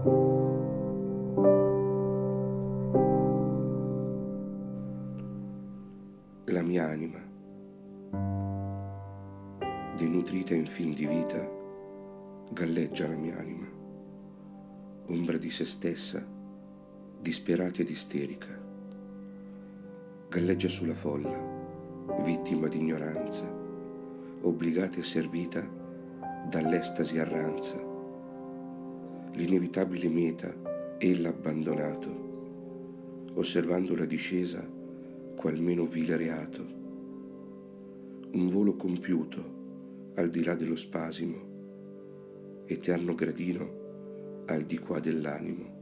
La mia anima, denutrita in fin di vita, galleggia la mia anima, ombra di se stessa, disperata ed isterica. Galleggia sulla folla, vittima di ignoranza, obbligata e servita dall'estasi arranza. L'inevitabile meta ella abbandonato, osservando la discesa qual meno vile reato, un volo compiuto al di là dello spasimo, eterno gradino al di qua dell'animo.